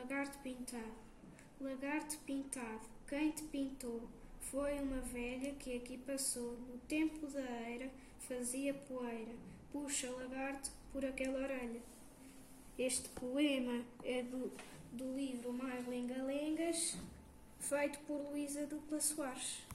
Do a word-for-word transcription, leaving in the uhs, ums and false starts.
Lagarto pintado. Lagarto pintado, quem te pintou? Foi uma velha que aqui passou. No tempo da eira fazia poeira. Puxa, lagarto, por aquela orelha. Este poema é do, do livro Mais Lenga-Lengas, feito por Luísa Dupla Soares.